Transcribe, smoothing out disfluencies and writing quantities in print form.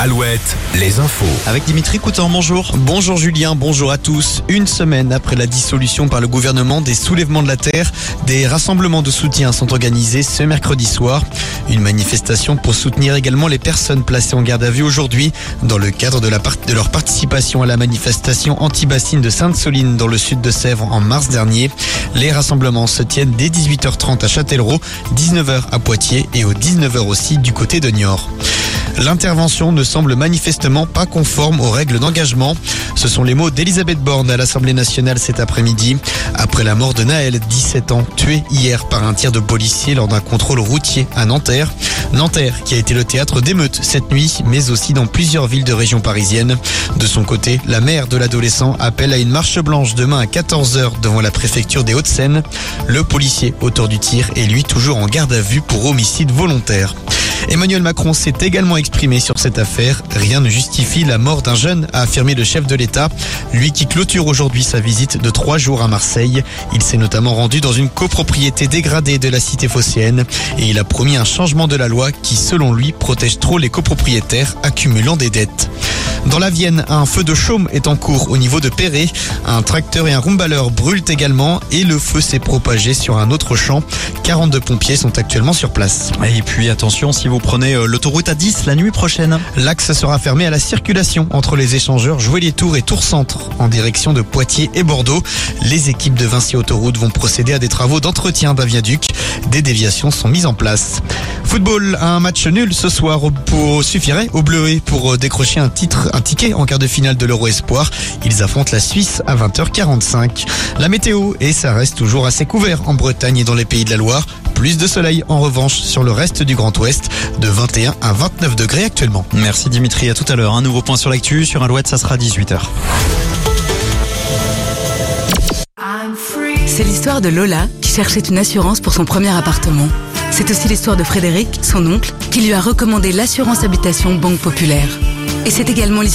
Alouette, les infos. Avec Dimitri Coutan, bonjour. Bonjour Julien, bonjour à tous. Une semaine après la dissolution par le gouvernement des soulèvements de la terre, des rassemblements de soutien sont organisés ce mercredi soir. Une manifestation pour soutenir également les personnes placées en garde à vue aujourd'hui dans le cadre de leur participation à la manifestation anti-bassine de Sainte-Soline dans le sud de Sèvres en mars dernier. Les rassemblements se tiennent dès 18h30 à Châtellerault, 19h à Poitiers et aux 19h aussi du côté de Niort. L'intervention ne semble manifestement pas conforme aux règles d'engagement. Ce sont les mots d'Elisabeth Borne à l'Assemblée nationale cet après-midi. Après la mort de Naël, 17 ans, tué hier par un tir de policier lors d'un contrôle routier à Nanterre. Nanterre qui a été le théâtre d'émeutes cette nuit, mais aussi dans plusieurs villes de région parisienne. De son côté, la mère de l'adolescent appelle à une marche blanche demain à 14h devant la préfecture des Hauts-de-Seine. Le policier auteur du tir est lui toujours en garde à vue pour homicide volontaire. Emmanuel Macron s'est également exprimé sur cette affaire. Rien ne justifie la mort d'un jeune, a affirmé le chef de l'État. Lui qui clôture aujourd'hui sa visite de 3 jours à Marseille. Il s'est notamment rendu dans une copropriété dégradée de la cité phocéenne. Et il a promis un changement de la loi qui, selon lui, protège trop les copropriétaires accumulant des dettes. Dans la Vienne, un feu de chaume est en cours au niveau de Perret. Un tracteur et un rumbaleur brûlent également et le feu s'est propagé sur un autre champ. 42 pompiers sont actuellement sur place. Et puis attention, si vous prenez l'autoroute A10 la nuit prochaine. L'axe sera fermé à la circulation entre les échangeurs Joué-les-Tours et Tours-Centre en direction de Poitiers et Bordeaux. Les équipes de Vinci Autoroute vont procéder à des travaux d'entretien d'un viaduc. Des déviations sont mises en place. Football, un match nul ce soir suffirait aux Bleuets pour décrocher un ticket en quart de finale de l'Euro Espoir. Ils affrontent la Suisse à 20h45. La météo, et ça reste toujours assez couvert en Bretagne et dans les Pays de la Loire. Plus de soleil en revanche sur le reste du Grand Ouest, de 21 à 29 degrés actuellement. Merci Dimitri, à tout à l'heure. Un nouveau point sur l'actu, sur Alouette, ça sera 18h. C'est l'histoire de Lola qui cherchait une assurance pour son premier appartement. C'est aussi l'histoire de Frédéric, son oncle, qui lui a recommandé l'assurance habitation Banque Populaire. Et c'est également l'histoire